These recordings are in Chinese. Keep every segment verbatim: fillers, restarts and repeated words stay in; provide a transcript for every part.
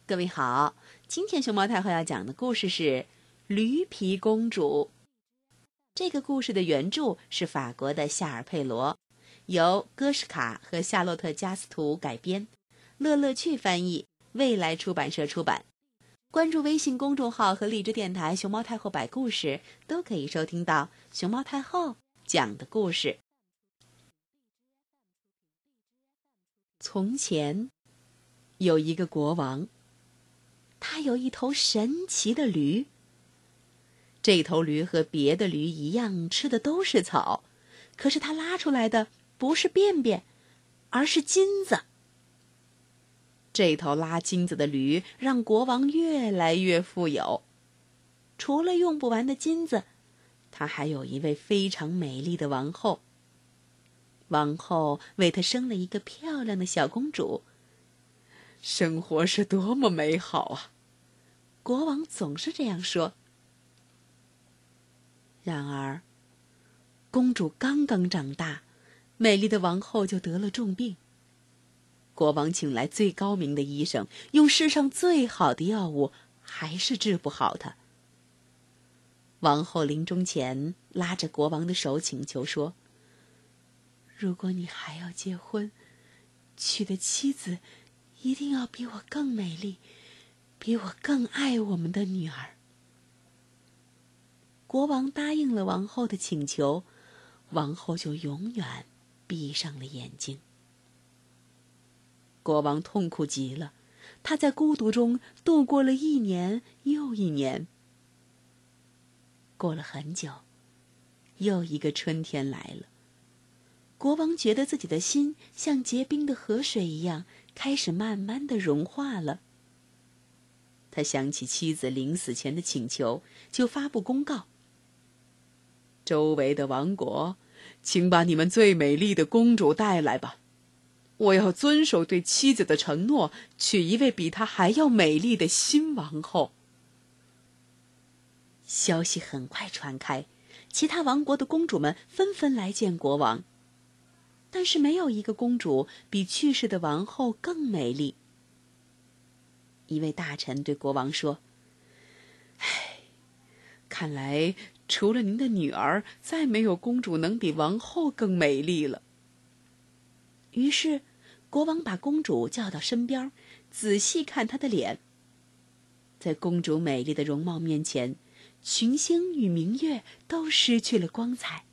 各位好，今天熊猫太后要讲的故事是《驴皮公主》。这个故事的原著是法国的夏尔佩罗，由戈什卡和夏洛特加斯图改编，乐乐趣翻译，未来出版社出版。关注微信公众号和荔枝电台熊猫太后摆故事，都可以收听到熊猫太后讲的故事。从前有一个国王，他有一头神奇的驴。这头驴和别的驴一样，吃的都是草，可是它拉出来的不是便便，而是金子。这头拉金子的驴让国王越来越富有。除了用不完的金子，他还有一位非常美丽的王后。王后为他生了一个漂亮的小公主。生活是多么美好啊！国王总是这样说。然而，公主刚刚长大，美丽的王后就得了重病。国王请来最高明的医生，用世上最好的药物，还是治不好她。王后临终前拉着国王的手请求说：如果你还要结婚，娶的妻子一定要比我更美丽，比我更爱我们的女儿。国王答应了王后的请求，王后就永远闭上了眼睛。国王痛苦极了，他在孤独中度过了一年又一年。过了很久，又一个春天来了。国王觉得自己的心像结冰的河水一样，开始慢慢地融化了。他想起妻子临死前的请求，就发布公告：周围的王国，请把你们最美丽的公主带来吧。我要遵守对妻子的承诺，娶一位比她还要美丽的新王后。消息很快传开，其他王国的公主们纷纷来见国王。但是没有一个公主比去世的王后更美丽。一位大臣对国王说：唉，看来除了您的女儿，再没有公主能比王后更美丽了。于是国王把公主叫到身边，仔细看她的脸。在公主美丽的容貌面前，群星与明月都失去了光彩。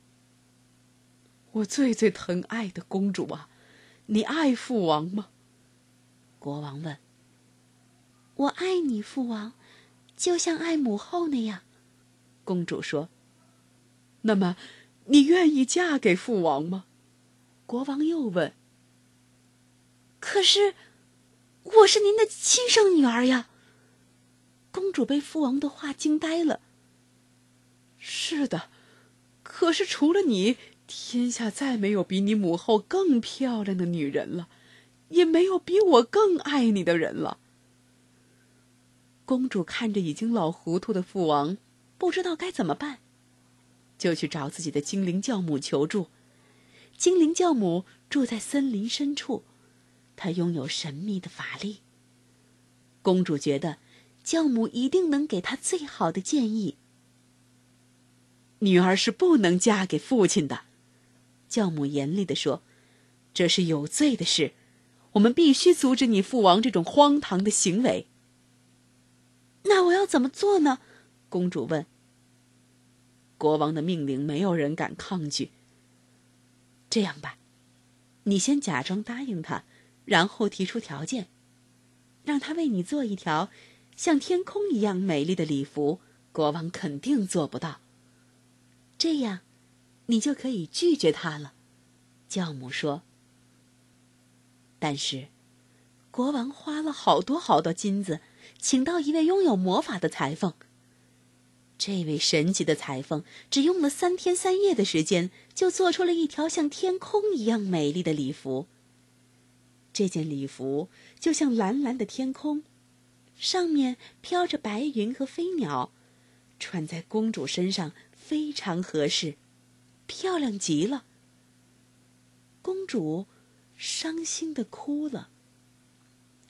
我最最疼爱的公主啊，你爱父王吗？国王问。我爱你，父王，就像爱母后那样，公主说。那么，你愿意嫁给父王吗？国王又问。可是，我是您的亲生女儿呀！公主被父王的话惊呆了。是的，可是除了你，天下再没有比你母后更漂亮的女人了，也没有比我更爱你的人了。公主看着已经老糊涂的父王，不知道该怎么办，就去找自己的精灵教母求助。精灵教母住在森林深处，她拥有神秘的法力。公主觉得教母一定能给她最好的建议。女儿是不能嫁给父亲的，教母严厉地说，这是有罪的事，我们必须阻止你父王这种荒唐的行为。那我要怎么做呢？公主问。国王的命令没有人敢抗拒。这样吧，你先假装答应他，然后提出条件，让他为你做一条像天空一样美丽的礼服，国王肯定做不到。这样，你就可以拒绝他了，教母说。但是，国王花了好多好多金子，请到一位拥有魔法的裁缝。这位神奇的裁缝只用了三天三夜的时间，就做出了一条像天空一样美丽的礼服。这件礼服就像蓝蓝的天空，上面飘着白云和飞鸟，穿在公主身上非常合适，漂亮极了。公主伤心地哭了。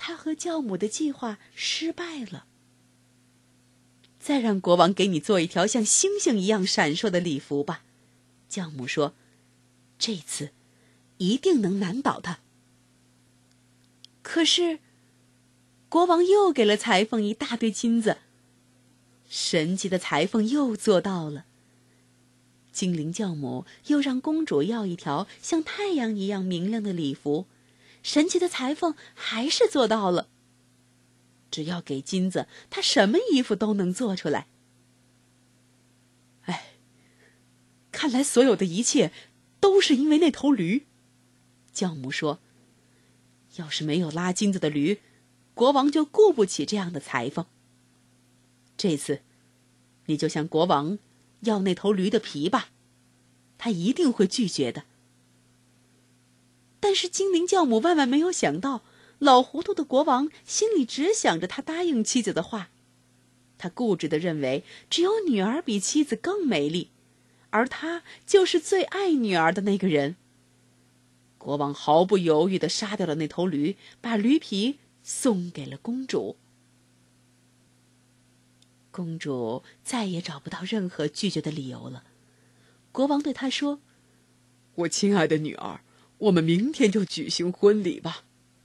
他和教母的计划失败了。再让国王给你做一条像星星一样闪烁的礼服吧，教母说，这次一定能难倒他。可是，国王又给了裁缝一大堆金子，神奇的裁缝又做到了。精灵教母又让公主要一条像太阳一样明亮的礼服，神奇的裁缝还是做到了。只要给金子，他什么衣服都能做出来。哎，看来所有的一切都是因为那头驴，教母说。要是没有拉金子的驴，国王就雇不起这样的裁缝。这次，你就向国王要那头驴的皮吧，他一定会拒绝的。但是精灵教母万万没有想到，老糊涂的国王心里只想着他答应妻子的话。他固执地认为，只有女儿比妻子更美丽，而他就是最爱女儿的那个人。国王毫不犹豫地杀掉了那头驴，把驴皮送给了公主。公主再也找不到任何拒绝的理由了。国王对她说，我亲爱的女儿，我们明天就举行婚礼吧。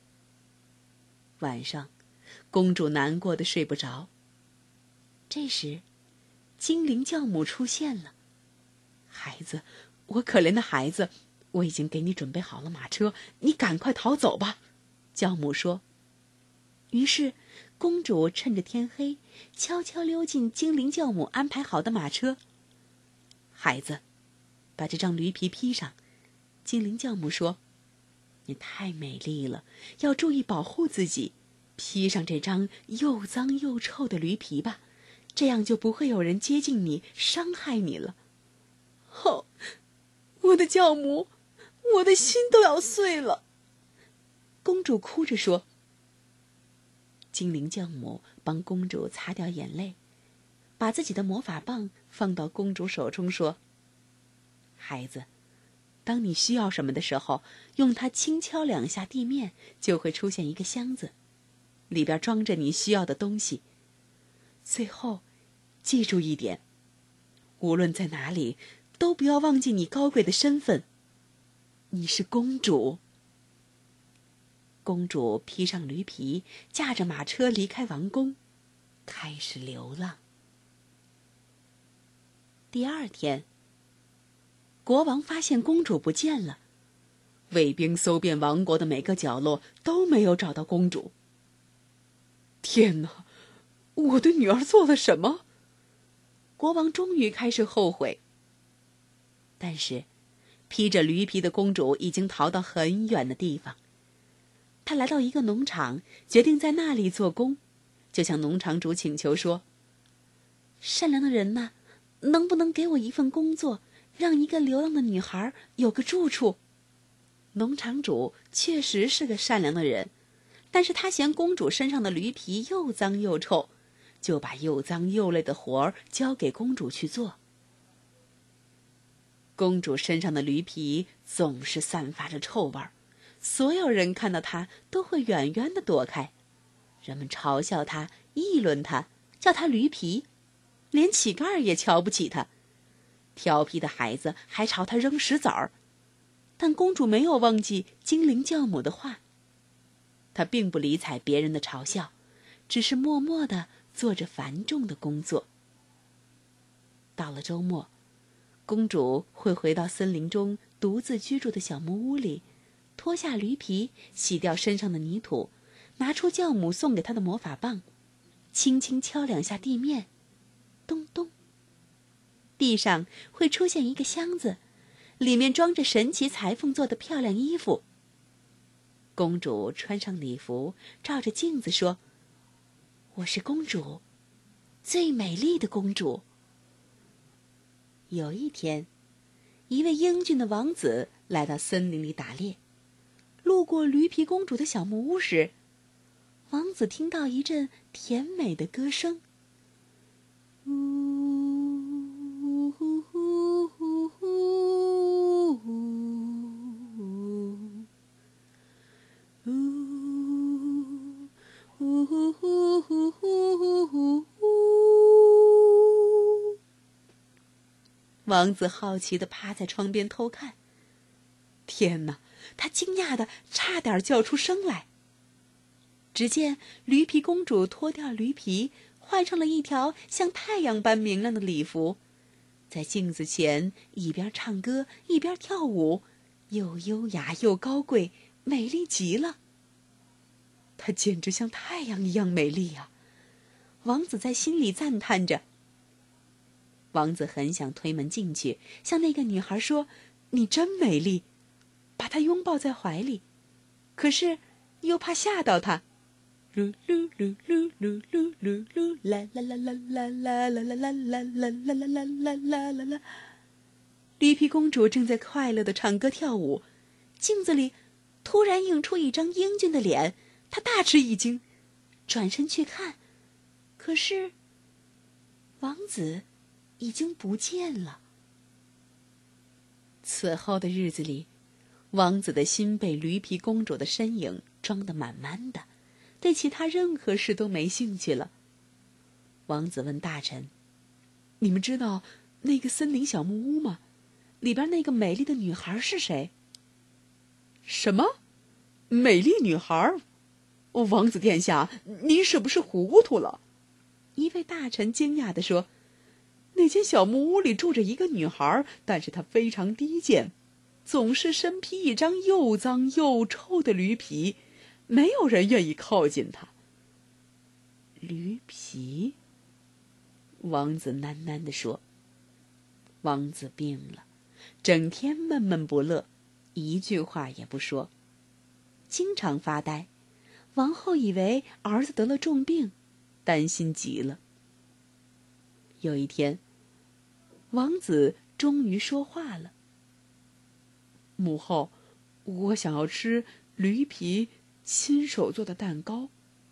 晚上，公主难过的睡不着。这时，精灵教母出现了。孩子，我可怜的孩子，我已经给你准备好了马车，你赶快逃走吧，教母说。于是，公主趁着天黑，悄悄溜进精灵教母安排好的马车。孩子，把这张驴皮披上，精灵教母说。你太美丽了，要注意保护自己，披上这张又脏又臭的驴皮吧，这样就不会有人接近你，伤害你了。哦，我的教母，我的心都要碎了，公主哭着说。精灵教母帮公主擦掉眼泪，把自己的魔法棒放到公主手中说，孩子，当你需要什么的时候，用它轻敲两下地面，就会出现一个箱子，里边装着你需要的东西。最后，记住一点，无论在哪里，都不要忘记你高贵的身份，你是公主。公主披上驴皮，驾着马车离开王宫，开始流浪。第二天，国王发现公主不见了，卫兵搜遍王国的每个角落，都没有找到公主。天哪，我对女儿做了什么？国王终于开始后悔。但是，披着驴皮的公主已经逃到很远的地方。她来到一个农场，决定在那里做工，就向农场主请求说：“善良的人呐，能不能给我一份工作，让一个流浪的女孩有个住处？”农场主确实是个善良的人，但是他嫌公主身上的驴皮又脏又臭，就把又脏又累的活儿交给公主去做。公主身上的驴皮总是散发着臭味儿，所有人看到她都会远远地躲开。人们嘲笑她，议论她，叫她驴皮，连乞丐也瞧不起她。调皮的孩子还朝她扔石子儿。但公主没有忘记精灵教母的话，她并不理睬别人的嘲笑，只是默默地做着繁重的工作。到了周末，公主会回到森林中独自居住的小木屋里，脱下驴皮，洗掉身上的泥土，拿出教母送给她的魔法棒，轻轻敲两下地面，咚咚，地上会出现一个箱子，里面装着神奇裁缝做的漂亮衣服。公主穿上礼服，照着镜子说：“我是公主，最美丽的公主。”有一天，一位英俊的王子来到森林里打猎，路过驴皮公主的小木屋时，王子听到一阵甜美的歌声。呜呼呼呼呼呼，呜呼呼呼呼呼呼。王子好奇地趴在窗边偷看。天哪，他惊讶得差点叫出声来。只见驴皮公主脱掉驴皮，换上了一条像太阳般明亮的礼服，在镜子前一边唱歌一边跳舞，又优雅又高贵，美丽极了。她简直像太阳一样美丽啊！王子在心里赞叹着。王子很想推门进去，向那个女孩说：“你真美丽！”把她拥抱在怀里，可是又怕吓到她。噜噜噜噜噜噜噜噜，啦啦啦啦啦啦啦啦啦啦啦啦啦啦啦啦啦。驴皮公主正在快乐地唱歌跳舞，镜子里突然映出一张英俊的脸，她大吃一惊，转身去看，可是王子已经不见了。此后的日子里，王子的心被驴皮公主的身影装得满满的，对其他任何事都没兴趣了。王子问大臣：“你们知道那个森林小木屋吗？里边那个美丽的女孩是谁？”“什么？美丽女孩？王子殿下，您是不是糊涂了？”一位大臣惊讶地说：“那间小木屋里住着一个女孩，但是她非常低贱，总是身披一张又脏又臭的驴皮，没有人愿意靠近她。”“驴皮？”王子喃喃地说。王子病了，整天闷闷不乐，一句话也不说，经常发呆。王后以为儿子得了重病，担心极了。有一天，王子终于说话了：“母后，我想要吃驴皮亲手做的蛋糕。”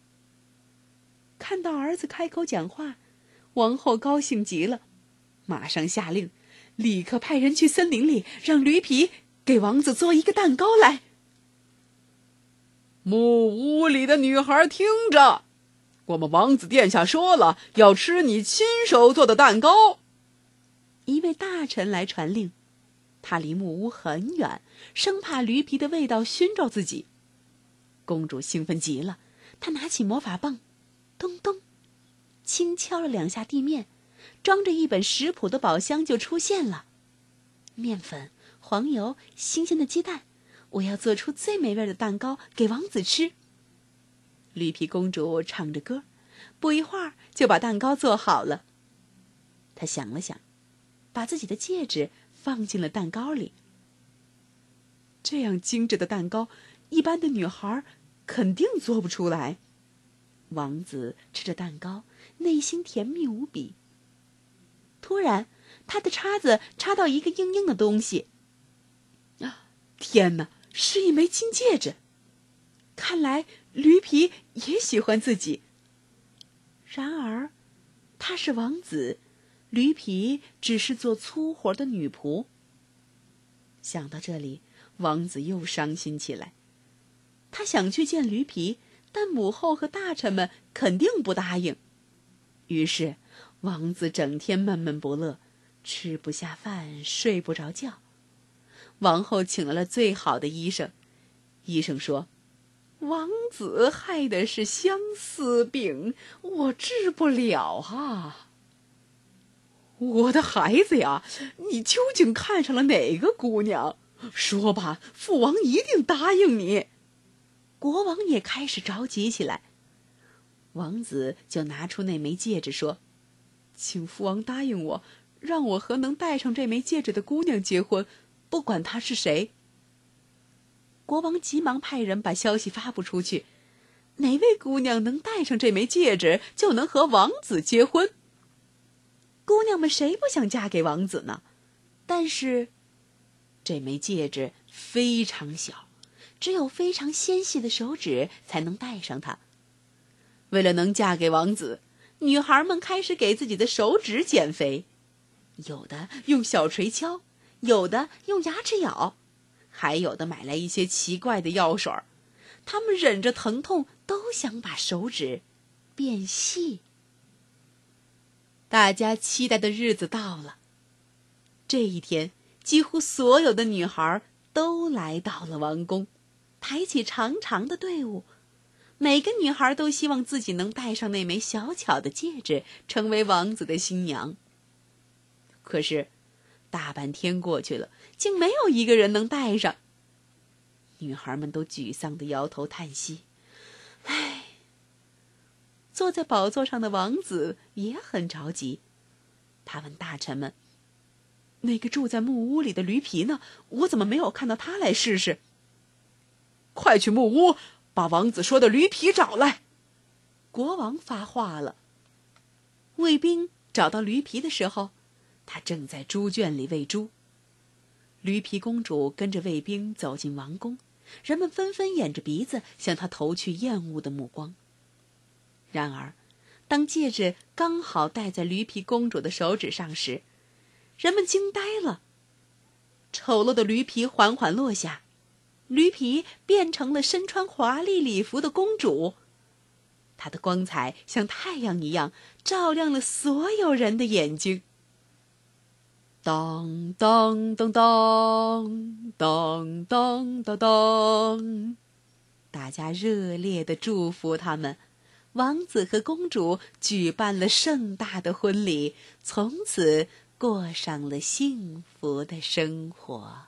看到儿子开口讲话，王后高兴极了，马上下令，立刻派人去森林里，让驴皮给王子做一个蛋糕来。“木屋里的女孩听着，我们王子殿下说了，要吃你亲手做的蛋糕。”一位大臣来传令，他离木屋很远，生怕驴皮的味道熏着自己。公主兴奋极了，她拿起魔法棒，咚咚，轻敲了两下地面，装着一本食谱的宝箱就出现了。面粉、黄油、新鲜的鸡蛋，我要做出最美味的蛋糕给王子吃。驴皮公主唱着歌，不一会儿就把蛋糕做好了。她想了想，把自己的戒指放进了蛋糕里。这样精致的蛋糕，一般的女孩肯定做不出来。王子吃着蛋糕，内心甜蜜无比。突然，他的叉子插到一个硬硬的东西。啊，天哪，是一枚金戒指！看来驴皮也喜欢自己。然而，他是王子，驴皮只是做粗活的女仆。想到这里，王子又伤心起来。他想去见驴皮，但母后和大臣们肯定不答应。于是，王子整天闷闷不乐，吃不下饭，睡不着觉。王后请来了最好的医生，医生说：“王子害的是相思病，我治不了啊。”“我的孩子呀，你究竟看上了哪个姑娘？说吧，父王一定答应你。”国王也开始着急起来。王子就拿出那枚戒指说：“请父王答应我，让我和能戴上这枚戒指的姑娘结婚，不管她是谁。”国王急忙派人把消息发布出去，哪位姑娘能戴上这枚戒指，就能和王子结婚。姑娘们谁不想嫁给王子呢？但是这枚戒指非常小，只有非常纤细的手指才能戴上它。为了能嫁给王子，女孩们开始给自己的手指减肥，有的用小锤敲，有的用牙齿咬，还有的买来一些奇怪的药水。她们忍着疼痛， 都想把手指变细。大家期待的日子到了，这一天，几乎所有的女孩都来到了王宫，排起长长的队伍。每个女孩都希望自己能戴上那枚小巧的戒指，成为王子的新娘。可是，大半天过去了，竟没有一个人能戴上。女孩们都沮丧地摇头叹息。唉，坐在宝座上的王子也很着急。他问大臣们：“那个住在木屋里的驴皮呢？我怎么没有看到他来试试？”快去木屋，把王子说的驴皮找来。国王发话了。卫兵找到驴皮的时候，他正在猪圈里喂猪。驴皮公主跟着卫兵走进王宫，人们纷纷掩着鼻子向她投去厌恶的目光。然而，当戒指刚好戴在驴皮公主的手指上时，人们惊呆了。丑陋的驴皮缓缓落下，驴皮变成了身穿华丽礼服的公主。她的光彩像太阳一样，照亮了所有人的眼睛。当当当当当当当当，大家热烈地祝福他们。王子和公主举办了盛大的婚礼，从此过上了幸福的生活。